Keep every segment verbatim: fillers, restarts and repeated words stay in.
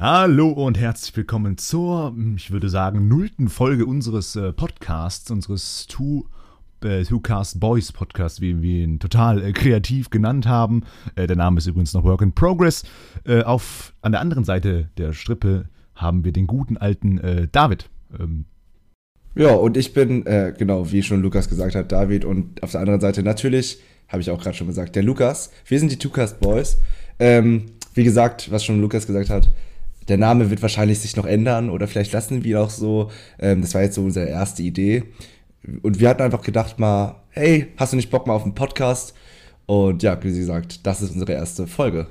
Hallo und herzlich willkommen zur, ich würde sagen, nullten Folge unseres äh, Podcasts, unseres Two, äh, Two Cast Boys Podcast, wie wir ihn total äh, kreativ genannt haben. Äh, der Name ist übrigens noch Work in Progress. Äh, auf, an der anderen Seite der Strippe haben wir den guten alten äh, David. Ähm, Ja, und ich bin, äh, genau, wie schon Lukas gesagt hat, David. Und auf der anderen Seite natürlich, habe ich auch gerade schon gesagt, der Lukas. Wir sind die Two Cast Boys. Ähm, wie gesagt, was schon Lukas gesagt hat, der Name wird wahrscheinlich sich noch ändern oder vielleicht lassen wir ihn auch so. Ähm, das war jetzt so unsere erste Idee. Und wir hatten einfach gedacht mal, hey, hast du nicht Bock mal auf einen Podcast? Und ja, wie gesagt, das ist unsere erste Folge.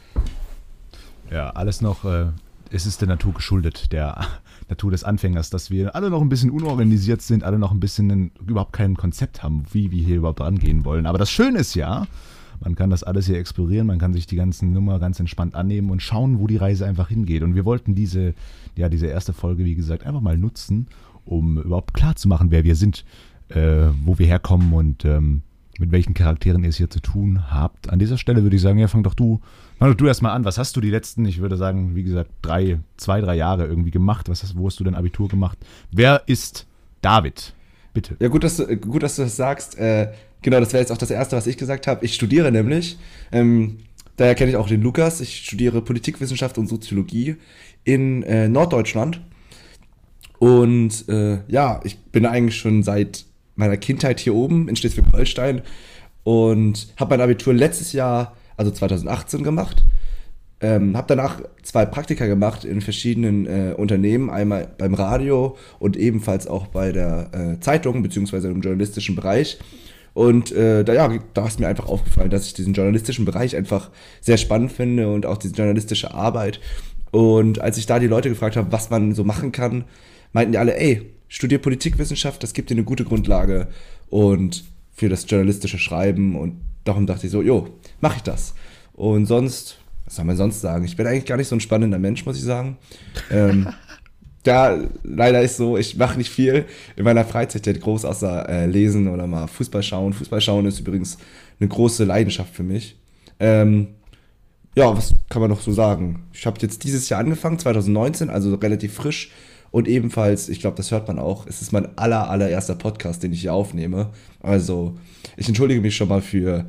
Ja, alles noch, äh, es ist der Natur geschuldet, der Natur des Anfängers, dass wir alle noch ein bisschen unorganisiert sind, alle noch ein bisschen ein, überhaupt kein Konzept haben, wie wir hier überhaupt rangehen wollen. Aber das Schöne ist ja, man kann das alles hier explorieren, man kann sich die ganzen Nummer ganz entspannt annehmen und schauen, wo die Reise einfach hingeht. Und wir wollten diese, ja, diese erste Folge, wie gesagt, einfach mal nutzen, um überhaupt klar zu machen, wer wir sind, äh, wo wir herkommen und ähm, mit welchen Charakteren ihr es hier zu tun habt. An dieser Stelle würde ich sagen, ja, fang doch du, fang doch du erstmal an. Was hast du die letzten, ich würde sagen, wie gesagt, drei, zwei, drei Jahre irgendwie gemacht? Was hast, wo hast du dein Abitur gemacht? Wer ist David? Bitte. Ja, gut, dass du, gut, dass du das sagst. Äh, genau, das wäre jetzt auch das Erste, was ich gesagt habe. Ich studiere nämlich, ähm, daher kenne ich auch den Lukas. Ich studiere Politikwissenschaft und Soziologie in äh, Norddeutschland. Und äh, ja, ich bin eigentlich schon seit meiner Kindheit hier oben in Schleswig-Holstein und habe mein Abitur letztes Jahr, also zwanzig achtzehn, gemacht. Ähm, habe danach zwei Praktika gemacht in verschiedenen äh, Unternehmen, einmal beim Radio und ebenfalls auch bei der äh, Zeitung beziehungsweise im journalistischen Bereich. Und äh, da, ja, da ist mir einfach aufgefallen, dass ich diesen journalistischen Bereich einfach sehr spannend finde und auch diese journalistische Arbeit. Und als ich da die Leute gefragt habe, was man so machen kann, meinten die alle, ey, studier Politikwissenschaft, das gibt dir eine gute Grundlage und für das journalistische Schreiben. Und darum dachte ich so, jo, mach ich das. Und sonst, was soll man sonst sagen? Ich bin eigentlich gar nicht so ein spannender Mensch, muss ich sagen. ähm, ja, leider ist so, ich mache nicht viel in meiner Freizeit jetzt groß außer äh, lesen oder mal Fußball schauen. Fußball schauen ist übrigens eine große Leidenschaft für mich. Ähm, ja, was kann man noch so sagen? Ich habe jetzt dieses Jahr angefangen, zwanzig neunzehn, also relativ frisch. Und ebenfalls, ich glaube, das hört man auch, es ist mein aller, allererster Podcast, den ich hier aufnehme. Also, ich entschuldige mich schon mal für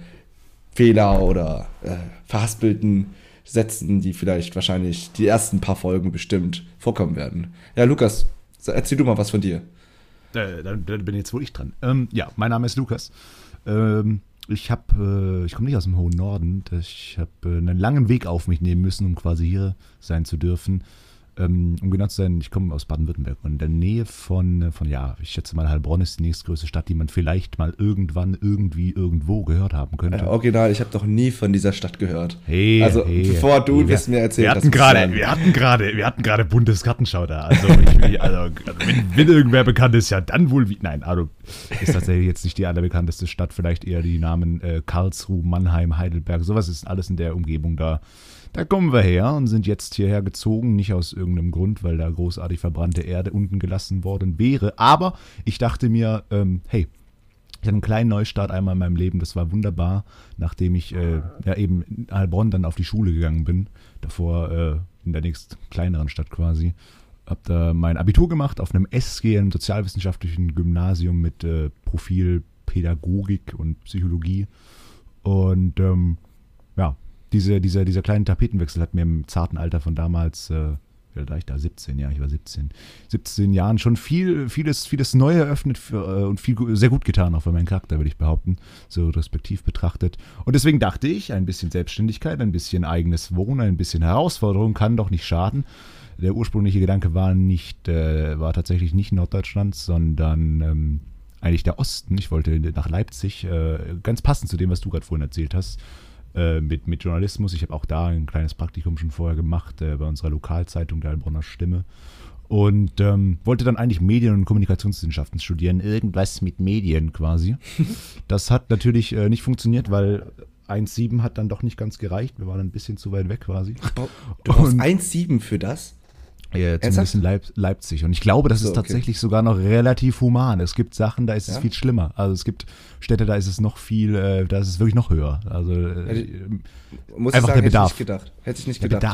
Fehler oder äh, verhaspelten Sätzen, die vielleicht wahrscheinlich die ersten paar Folgen bestimmt vorkommen werden. Ja, Lukas, erzähl du mal was von dir. Äh, dann bin jetzt wohl ich dran. Ähm, ja, mein Name ist Lukas. Ähm, ich habe, äh, ich komme nicht aus dem hohen Norden. Ich habe äh, einen langen Weg auf mich nehmen müssen, um quasi hier sein zu dürfen. Um genau zu sein, ich komme aus Baden-Württemberg und in der Nähe von, von, ja, ich schätze mal, Heilbronn ist die nächstgrößte Stadt, die man vielleicht mal irgendwann, irgendwie, irgendwo gehört haben könnte. Ja, original, ich habe doch nie von dieser Stadt gehört. Hey, also, hey, bevor du hey, das mir erzählt wir hast. Hatten grade, wir hatten gerade, wir hatten gerade Bundesgartenschau da. Also, ich, also wenn, wenn irgendwer bekannt ist, ja dann wohl, wie, nein, also ist tatsächlich jetzt nicht die allerbekannteste Stadt, vielleicht eher die Namen äh, Karlsruhe, Mannheim, Heidelberg, sowas ist alles in der Umgebung da. Da kommen wir her und sind jetzt hierher gezogen, nicht aus irgendeinem Grund, weil da großartig verbrannte Erde unten gelassen worden wäre. Aber ich dachte mir, ähm, hey, ich hatte einen kleinen Neustart einmal in meinem Leben, das war wunderbar, nachdem ich äh, ja eben in Heilbronn dann auf die Schule gegangen bin, davor äh, in der nächst kleineren Stadt quasi. Hab da mein Abitur gemacht auf einem S G, einem sozialwissenschaftlichen Gymnasium mit äh, Profil Pädagogik und Psychologie. Und ähm, ja, Diese, dieser, dieser kleine Tapetenwechsel hat mir im zarten Alter von damals, äh, wie alt war ich da? siebzehn, ja, ich war siebzehn, siebzehn Jahren schon viel, vieles, vieles neu eröffnet für, äh, und viel, sehr gut getan, auch für meinen Charakter, würde ich behaupten, so respektiv betrachtet. Und deswegen dachte ich, ein bisschen Selbstständigkeit, ein bisschen eigenes Wohnen, ein bisschen Herausforderung kann doch nicht schaden. Der ursprüngliche Gedanke war nicht, äh, war tatsächlich nicht Norddeutschland, sondern ähm, eigentlich der Osten. Ich wollte nach Leipzig, äh, ganz passend zu dem, was du gerade vorhin erzählt hast. Mit, mit Journalismus. Ich habe auch da ein kleines Praktikum schon vorher gemacht, äh, bei unserer Lokalzeitung, der Heilbronner Stimme. Und ähm, wollte dann eigentlich Medien- und Kommunikationswissenschaften studieren. Irgendwas mit Medien quasi. Das hat natürlich äh, nicht funktioniert, weil eins Komma sieben hat dann doch nicht ganz gereicht. Wir waren ein bisschen zu weit weg quasi. Du brauchst eins Komma sieben für das? Ja, zumindest in Leip- Leipzig. Und ich glaube, das so, ist tatsächlich okay. sogar noch relativ human. Es gibt Sachen, da ist es ja? viel schlimmer. Also es gibt Städte, da ist es noch viel, äh, da ist es wirklich noch höher. Also äh, muss einfach ich sagen, der Bedarf. Hätte ich nicht gedacht. Hätte ich nicht der gedacht. Bedarf.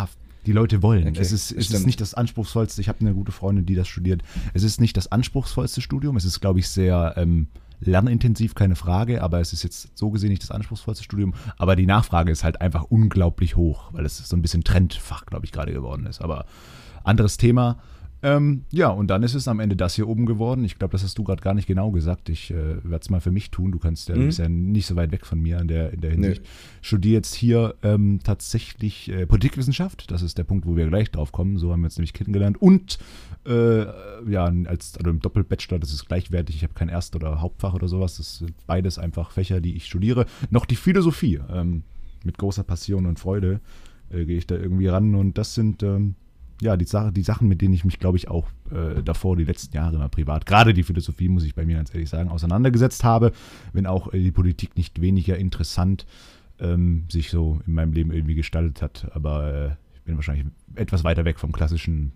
Die Leute wollen. Okay, es ist, es ist stimmt. nicht das anspruchsvollste, ich habe eine gute Freundin, die das studiert. Es ist nicht das anspruchsvollste Studium. Es ist, glaube ich, sehr ähm, lernintensiv, keine Frage, aber es ist jetzt so gesehen nicht das anspruchsvollste Studium. Aber die Nachfrage ist halt einfach unglaublich hoch, weil es so ein bisschen Trendfach, glaube ich, gerade geworden ist. Aber anderes Thema. Ähm, ja, und dann ist es am Ende das hier oben geworden. Ich glaube, das hast du gerade gar nicht genau gesagt. Ich äh, werde es mal für mich tun. Du kannst ja, Mhm. du bist ja nicht so weit weg von mir in der, in der Hinsicht. Nee. Studiere jetzt hier ähm, tatsächlich äh, Politikwissenschaft. Das ist der Punkt, wo wir gleich drauf kommen. So haben wir uns nämlich kennengelernt. Und äh, ja, als also im Doppelbachelor, das ist gleichwertig. Ich habe kein Erst- oder Hauptfach oder sowas. Das sind beides einfach Fächer, die ich studiere. Noch die Philosophie. Ähm, mit großer Passion und Freude äh, gehe ich da irgendwie ran. Und das sind ähm, ja die, Sache, die Sachen, mit denen ich mich, glaube ich, auch äh, davor die letzten Jahre immer privat, gerade die Philosophie, muss ich bei mir ganz ehrlich sagen, auseinandergesetzt habe. Wenn auch äh, die Politik nicht weniger interessant ähm, sich so in meinem Leben irgendwie gestaltet hat. Aber äh, ich bin wahrscheinlich etwas weiter weg vom klassischen,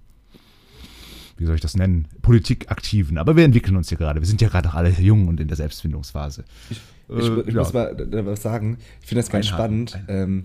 wie soll ich das nennen, Politikaktiven. Aber wir entwickeln uns ja gerade. Wir sind ja gerade alle jung und in der Selbstfindungsphase. Ich, ich, Äh, ich ja. muss mal da- was sagen. Ich finde das ganz Einhaken. spannend, ähm,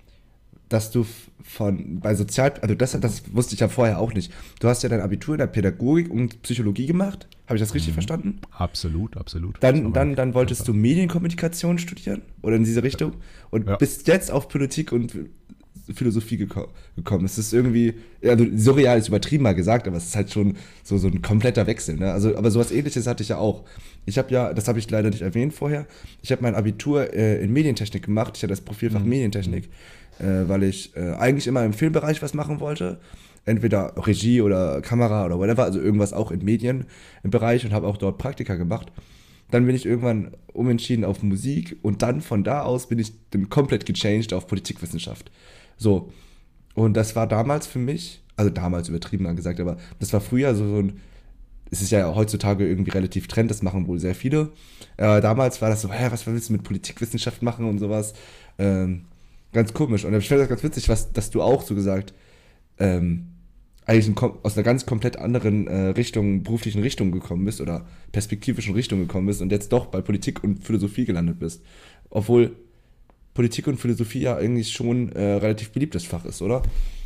dass du f- von bei Sozial, also das, das wusste ich ja vorher auch nicht. Du hast ja dein Abitur in der Pädagogik und Psychologie gemacht. Habe ich das richtig verstanden? Absolut, absolut. Das war Dann, mein- dann, dann wolltest du Medienkommunikation studieren oder in diese Richtung und Ja. bist jetzt auf Politik und Philosophie geko gekommen. Es ist irgendwie, also surreal ist übertrieben mal gesagt, aber es ist halt schon so, so ein kompletter Wechsel. Ne? Also, aber sowas Ähnliches hatte ich ja auch. Ich habe ja, das habe ich leider nicht erwähnt vorher, ich habe mein Abitur äh, in Medientechnik gemacht. Ich hatte das Profilfach Medientechnik, äh, weil ich äh, eigentlich immer im Filmbereich was machen wollte. Entweder Regie oder Kamera oder whatever, also irgendwas auch in Medien im Bereich und habe auch dort Praktika gemacht. Dann bin ich irgendwann umentschieden auf Musik und dann von da aus bin ich dann komplett gechanged auf Politikwissenschaft. So. Und das war damals für mich, also damals übertrieben angesagt, aber das war früher so, so ein, es ist ja heutzutage irgendwie relativ Trend, das machen wohl sehr viele. Äh, damals war das so, hä, was willst du mit Politikwissenschaft machen und sowas. Ähm, ganz komisch. Und ich finde das ganz witzig, was, dass du auch so gesagt, ähm, eigentlich ein, kom- aus einer ganz komplett anderen äh, Richtung, beruflichen Richtung gekommen bist oder perspektivischen Richtung gekommen bist und jetzt doch bei Politik und Philosophie gelandet bist. Obwohl Politik und Philosophie ja eigentlich schon äh, relativ beliebtes Fach ist, oder?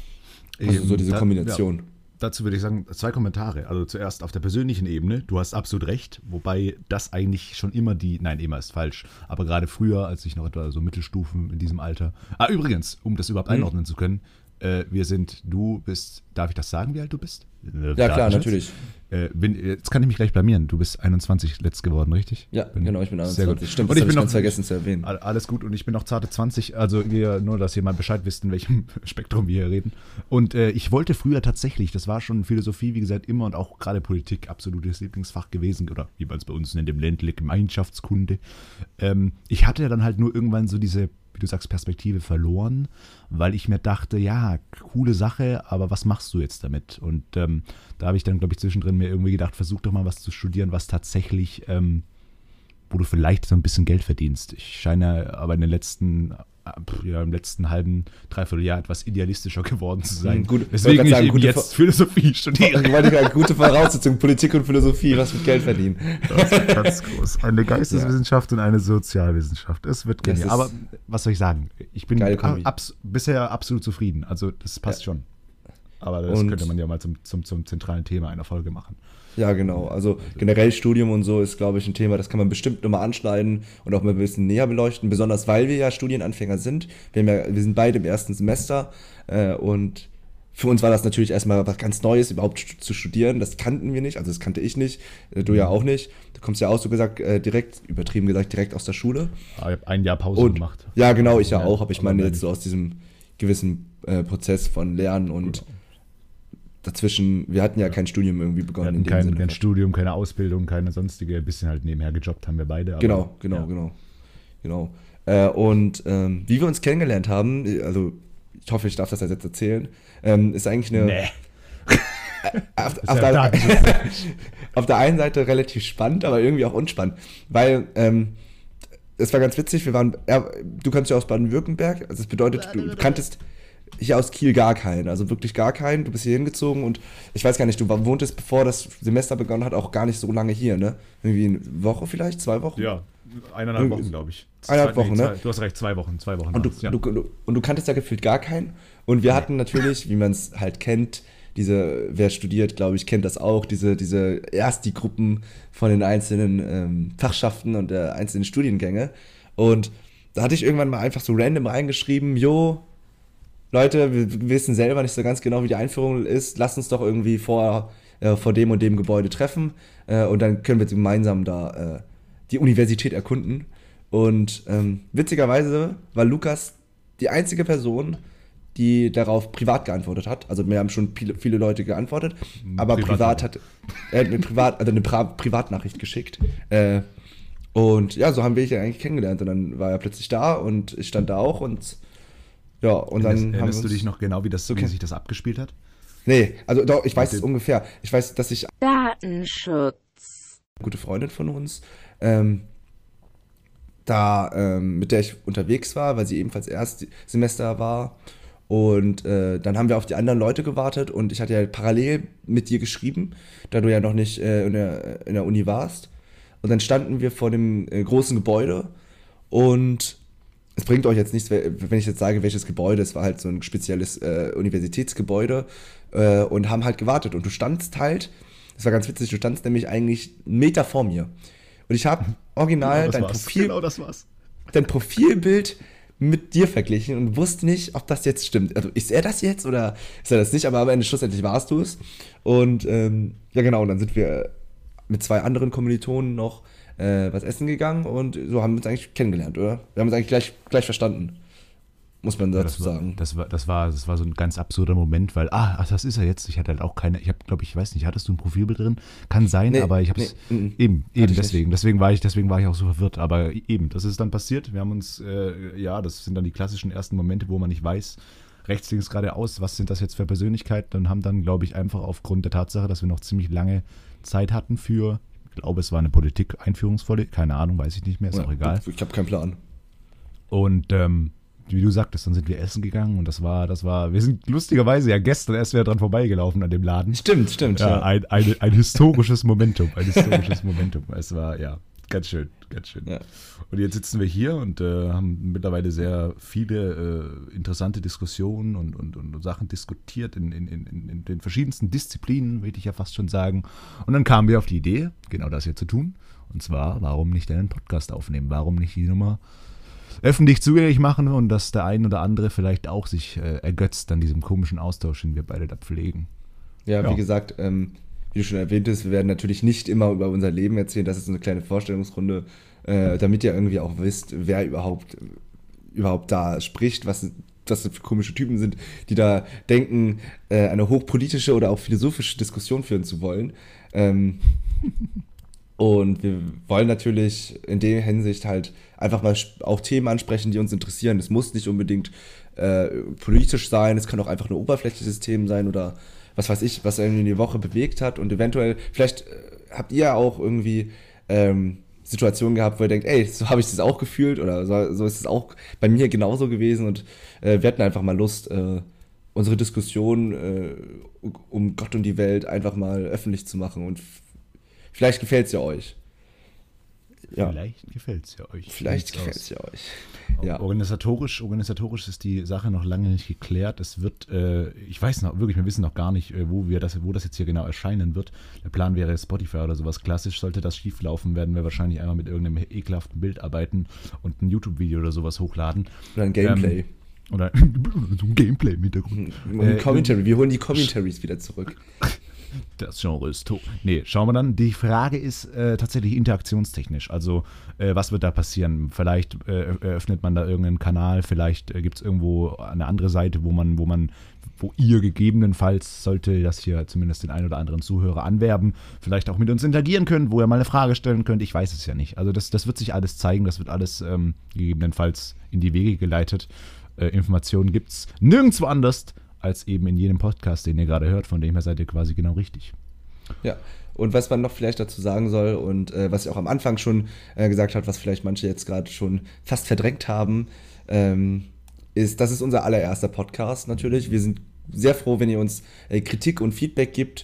Also so diese Da- Kombination. Ja. Dazu würde ich sagen, zwei Kommentare. Also zuerst auf der persönlichen Ebene, du hast absolut recht, wobei das eigentlich schon immer die, nein, immer ist falsch, aber gerade früher, als ich noch etwa so Mittelstufen in diesem Alter. Ah, übrigens, um das überhaupt Mhm. einordnen zu können, äh, wir sind, du bist, darf ich das sagen, wie alt du bist? Äh, Ja, klar, Datenschutz? natürlich. Äh, bin, jetzt kann ich mich gleich blamieren, du bist einundzwanzig letzt geworden, richtig? Ja, Bin- genau, ich bin Sehr gut. einundzwanzig. Stimmt, Und das ich habe bin ich noch ganz vergessen zu erwähnen. All- Alles gut und ich bin noch zarte zwanzig, also wir, nur, dass ihr mal Bescheid wisst, in welchem Spektrum wir hier reden. Und äh, ich wollte früher tatsächlich, das war schon Philosophie, wie gesagt, immer und auch gerade Politik, absolutes Lieblingsfach gewesen, oder wie man es bei uns nennt, im Ländle, Gemeinschaftskunde. Ähm, ich hatte dann halt nur irgendwann so diese, wie du sagst, Perspektive verloren, weil ich mir dachte, ja, coole Sache, aber was machst du jetzt damit? Und ähm, da habe ich dann, glaube ich, zwischendrin mir irgendwie gedacht, versuch doch mal was zu studieren, was tatsächlich, ähm, wo du vielleicht so ein bisschen Geld verdienst. Ich scheine aber in den letzten, äh, ja, im letzten halben, dreiviertel Jahr etwas idealistischer geworden zu sein. Hm, gut. Deswegen Wollte ich grad sagen, eben gute jetzt Ver- Philosophie studiere. Ich wollte gerade gute Voraussetzungen, Politik und Philosophie, was mit Geld verdienen. Das ist ganz groß. Eine Geisteswissenschaft und eine Sozialwissenschaft. Es wird Das genial. ist- Aber was soll ich sagen? Ich bin Geile Kombi. abs bisher absolut zufrieden. Also das passt Ja. schon. Aber das Und- könnte man ja mal zum, zum, zum zentralen Thema einer Folge machen. Ja, genau. Also generell Studium und so ist, glaube ich, ein Thema, das kann man bestimmt nochmal anschneiden und auch mal ein bisschen näher beleuchten, besonders weil wir ja Studienanfänger sind. Wir, haben ja, wir sind beide im ersten Semester äh, und für uns war das natürlich erstmal was ganz Neues, überhaupt stu- zu studieren. Das kannten wir nicht, also das kannte ich nicht, äh, du ja auch nicht. Du kommst ja auch so gesagt, äh, direkt, übertrieben gesagt, direkt aus der Schule. Aber ich habe ein Jahr Pause Und, gemacht. ja, genau, ich ja Ja, auch, aber ich aber meine mehr jetzt so aus diesem gewissen äh, Prozess von Lernen und Genau. dazwischen, wir hatten ja kein Studium irgendwie Wir begonnen. hatten in dem kein, Sinne. kein Studium, keine Ausbildung, keine sonstige, ein bisschen halt nebenher gejobbt haben wir beide. Aber, Genau, genau, ja. genau. genau. Äh, und ähm, wie wir uns kennengelernt haben, also ich hoffe, ich darf das jetzt erzählen, ähm, ist eigentlich eine. Nee. Auf, ist auf, ja der, Datenschutz. auf der einen Seite relativ spannend, aber irgendwie auch unspannend, weil ähm, es war ganz witzig, wir waren, er, du kommst ja aus Baden-Württemberg, also das bedeutet, du kanntest hier aus Kiel gar keinen, also wirklich gar keinen, du bist hier hingezogen und ich weiß gar nicht, du war- wohntest, bevor das Semester begonnen hat, auch gar nicht so lange hier, ne? Irgendwie eine Woche vielleicht, zwei Wochen? Ja, Eineinhalb Wochen, glaube ich. Eineinhalb Wochen, nee, ne? Zwei, du hast recht, zwei Wochen, zwei Wochen. Und du, war's, ja. du, du, und du kanntest ja gefühlt gar keinen. Und wir hatten natürlich, wie man es halt kennt, diese, wer studiert, glaube ich, kennt das auch, diese, diese erst die Gruppen von den einzelnen ähm, Fachschaften und der einzelnen Studiengänge. Und da hatte ich irgendwann mal einfach so random reingeschrieben, jo, Leute, wir wissen selber nicht so ganz genau, wie die Einführung ist, lasst uns doch irgendwie vor, äh, vor dem und dem Gebäude treffen äh, und dann können wir gemeinsam da äh, die Universität erkunden. Und ähm, witzigerweise war Lukas die einzige Person, die darauf privat geantwortet hat. Also mir haben schon viele, viele Leute geantwortet, aber Privat privat hat er hat eine Privat, also eine Pri- Privatnachricht geschickt. Äh, und ja, so haben wir ihn eigentlich kennengelernt. Und dann war er plötzlich da und ich stand da auch und ja, und dann Erinnerst, haben wir erinnerst uns, du dich noch genau, wie, das, Okay. wie sich das abgespielt hat? Nee, also doch, ich weiß es Okay. ungefähr. Ich weiß, dass ich Datenschutz. eine gute Freundin von uns, ähm, da, ähm, mit der ich unterwegs war, weil sie ebenfalls Erstsemester war. Und äh, dann haben wir auf die anderen Leute gewartet und ich hatte ja parallel mit dir geschrieben, da du ja noch nicht äh, in, der, in der Uni warst. Und dann standen wir vor dem äh, großen Gebäude und es bringt euch jetzt nichts, wenn ich jetzt sage, welches Gebäude, es war halt so ein spezielles äh, Universitätsgebäude äh, und haben halt gewartet. Und du standst halt, das war ganz witzig, du standst nämlich eigentlich einen Meter vor mir. Und ich habe original Genau, das dein, war's. Profil, Genau das war's. dein Profilbild mit dir verglichen und wusste nicht, ob das jetzt stimmt. Also ist er das jetzt oder ist er das nicht? Aber am Ende schlussendlich warst du es. Und ähm, ja genau, und dann sind wir mit zwei anderen Kommilitonen noch äh, was essen gegangen und so haben wir uns eigentlich kennengelernt, oder? Wir haben uns eigentlich gleich, gleich verstanden, muss man Ja, dazu das, war, sagen. das, war, das, war, das war so ein ganz absurder Moment, weil, ah, ach, das ist er jetzt. Ich hatte halt auch keine, ich habe, glaube ich, weiß nicht, hattest du ein Profilbild drin? Kann sein, Nee, aber ich habe es, nee, mm, eben, hatte eben ich deswegen, deswegen war ich, deswegen war ich auch so verwirrt, aber eben, das ist dann passiert. Wir haben uns, äh, ja, das sind dann die klassischen ersten Momente, wo man nicht weiß, rechts, links, geradeaus, was sind das jetzt für Persönlichkeiten und haben dann, glaube ich, einfach aufgrund der Tatsache, dass wir noch ziemlich lange Zeit hatten für, ich glaube, es war eine Politik-Einführungsvolle, keine Ahnung, weiß ich nicht mehr, ist Ja, auch egal. Ich habe keinen Plan. Und ähm, wie du sagtest, dann sind wir essen gegangen und das war, das war, wir sind lustigerweise ja gestern erst wieder dran vorbeigelaufen an dem Laden. Stimmt, stimmt. Ja, Ja. ein, ein, ein historisches Momentum, ein historisches Momentum. Es war, ja, ganz schön, ganz schön. Ja. Und jetzt sitzen wir hier und äh, haben mittlerweile sehr viele äh, interessante Diskussionen und, und, und Sachen diskutiert in, in, in, in den verschiedensten Disziplinen, würde ich ja fast schon sagen. Und dann kamen wir auf die Idee, genau das hier zu tun. Und zwar, warum nicht einen Podcast aufnehmen? Warum nicht die Nummer öffentlich zugänglich machen und dass der ein oder andere vielleicht auch sich äh, ergötzt an diesem komischen Austausch, den wir beide da pflegen. Ja, Ja. wie gesagt, ähm, wie du schon erwähnt hast, wir werden natürlich nicht immer über unser Leben erzählen. Das ist eine kleine Vorstellungsrunde, äh, damit ihr irgendwie auch wisst, wer überhaupt, überhaupt da spricht, was, was das für komische Typen sind, die da denken, äh, eine hochpolitische oder auch philosophische Diskussion führen zu wollen. Ähm, und wir wollen natürlich in der Hinsicht halt einfach mal sp- auch Themen ansprechen, die uns interessieren. Es muss nicht unbedingt äh, politisch sein, es kann auch einfach ein oberflächliches Thema sein oder was weiß ich, was irgendwie die Woche bewegt hat. Und eventuell, vielleicht äh, habt ihr auch irgendwie ähm, Situationen gehabt, wo ihr denkt, ey, so habe ich das auch gefühlt oder so, so ist es auch bei mir genauso gewesen. Und äh, wir hatten einfach mal Lust, äh, unsere Diskussion äh, um Gott und die Welt einfach mal öffentlich zu machen. Und f- vielleicht gefällt es ja euch. Ja, Vielleicht gefällt es ja euch. vielleicht Sieht's gefällt aus. es ja euch. Ja. Organisatorisch, organisatorisch ist die Sache noch lange nicht geklärt. Es wird, äh, ich weiß noch, wirklich, wir wissen noch gar nicht, äh, wo wir das, wo das jetzt hier genau erscheinen wird. Der Plan wäre Spotify oder sowas. Klassisch sollte das schief laufen, werden wir wahrscheinlich einmal mit irgendeinem ekelhaften Bild arbeiten und ein YouTube-Video oder sowas hochladen. Oder ein Gameplay. Ähm, oder so ein Gameplay im Hintergrund. Und Äh, Commentary. Wir holen die Commentaries wieder zurück. Das Genre ist tot. Nee, schauen wir dann. Die Frage ist äh, tatsächlich interaktionstechnisch. Also, äh, was wird da passieren? Vielleicht äh, eröffnet man da irgendeinen Kanal, vielleicht äh, gibt es irgendwo eine andere Seite, wo man, wo man, wo ihr gegebenenfalls, sollte das hier zumindest den einen oder anderen Zuhörer anwerben, vielleicht auch mit uns interagieren könnt, wo ihr mal eine Frage stellen könnt. Ich weiß es ja nicht. Also, das, das wird sich alles zeigen, das wird alles ähm, gegebenenfalls in die Wege geleitet. Äh, Informationen gibt es nirgendwo anders als eben in jedem Podcast, den ihr gerade hört, von dem her seid ihr quasi genau richtig. Ja, und was man noch vielleicht dazu sagen soll und äh, was ich auch am Anfang schon äh, gesagt habe, was vielleicht manche jetzt gerade schon fast verdrängt haben, ähm, ist, das ist unser allererster Podcast natürlich. Wir sind sehr froh, wenn ihr uns äh, Kritik und Feedback gibt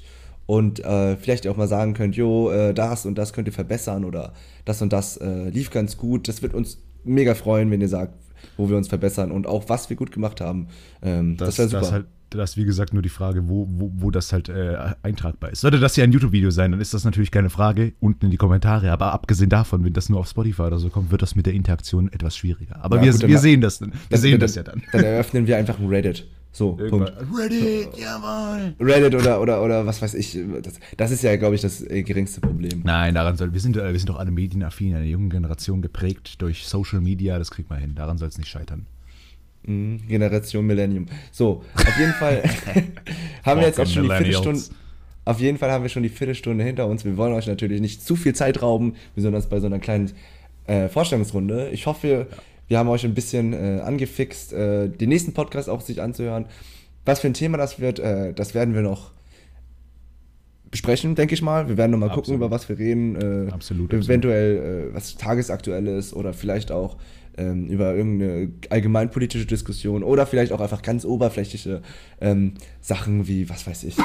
und äh, vielleicht auch mal sagen könnt, jo, äh, das und das könnt ihr verbessern oder das und das äh, lief ganz gut. Das wird uns mega freuen, wenn ihr sagt, wo wir uns verbessern und auch was wir gut gemacht haben. Ähm, das, das wäre super. Das halt Das ist, wie gesagt, nur die Frage, wo, wo, wo das halt äh, eintragbar ist. Sollte das ja ein YouTube-Video sein, dann ist das natürlich keine Frage, unten in die Kommentare. Aber abgesehen davon, wenn das nur auf Spotify oder so kommt, wird das mit der Interaktion etwas schwieriger. Aber ja, wir, gut, wir sehen das dann. Wir dann, sehen dann, das ja dann. Dann eröffnen wir einfach ein Reddit. So, Punkt. Reddit, jawohl. Reddit oder, oder, oder was weiß ich. Das, das ist ja, glaube ich, das äh, geringste Problem. Nein, daran soll, wir sind, wir sind doch alle medienaffin, eine junge Generation geprägt durch Social Media, das kriegt man hin. Daran soll es nicht scheitern. Generation Millennium. So, auf jeden Fall haben wir jetzt auch schon die Viertelstunde. Auf jeden Fall haben wir schon die Viertelstunde hinter uns. Wir wollen euch natürlich nicht zu viel Zeit rauben, besonders bei so einer kleinen äh, Vorstellungsrunde. Ich hoffe, ja. wir haben euch ein bisschen äh, angefixt, äh, den nächsten Podcast auch sich anzuhören. Was für ein Thema das wird, äh, das werden wir noch besprechen, denke ich mal. Wir werden noch mal absolut. gucken, über was wir reden. Äh, absolut. Eventuell, äh, was tagesaktuell ist oder vielleicht auch ähm, über irgendeine allgemeinpolitische Diskussion oder vielleicht auch einfach ganz oberflächliche ähm, Sachen wie, was weiß ich,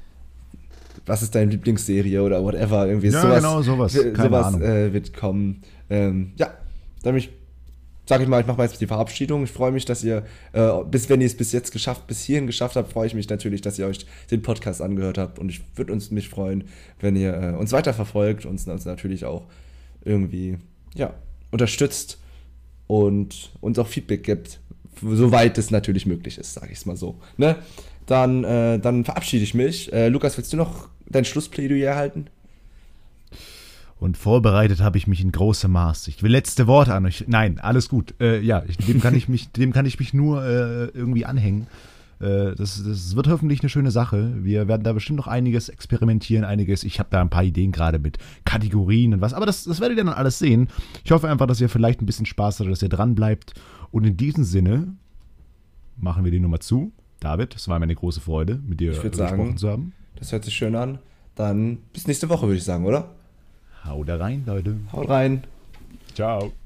was ist deine Lieblingsserie oder whatever. Irgendwie ja, sowas, genau, sowas. Keine sowas Ahnung. Äh, wird kommen. Ähm, ja, damit sage ich mal, ich mache mal jetzt die Verabschiedung. Ich freue mich, dass ihr, äh, bis wenn ihr es bis jetzt geschafft, bis hierhin geschafft habt, freue ich mich natürlich, dass ihr euch den Podcast angehört habt. Und ich würde uns mich freuen, wenn ihr äh, uns weiterverfolgt, uns, uns natürlich auch irgendwie, ja, unterstützt und uns auch Feedback gibt, soweit es natürlich möglich ist, sage ich es mal so. Ne? Dann, äh, dann verabschiede ich mich. Äh, Lukas, willst du noch dein Schlussplädoyer halten? Und vorbereitet habe ich mich in großem Maß. Ich will letzte Worte an euch. Nein, alles gut. Äh, ja, ich, dem kann ich mich, dem kann ich mich nur äh, irgendwie anhängen. Äh, das, das wird hoffentlich eine schöne Sache. Wir werden da bestimmt noch einiges experimentieren, einiges. Ich habe da ein paar Ideen gerade mit Kategorien und was. Aber das, das werdet ihr dann alles sehen. Ich hoffe einfach, dass ihr vielleicht ein bisschen Spaß habt, dass ihr dran bleibt. Und in diesem Sinne machen wir die Nummer zu. David, es war mir eine große Freude, mit dir gesprochen sagen, zu haben. Das hört sich schön an. Dann bis nächste Woche, würde ich sagen, oder? Haut da rein, Leute. Haut rein. Ciao.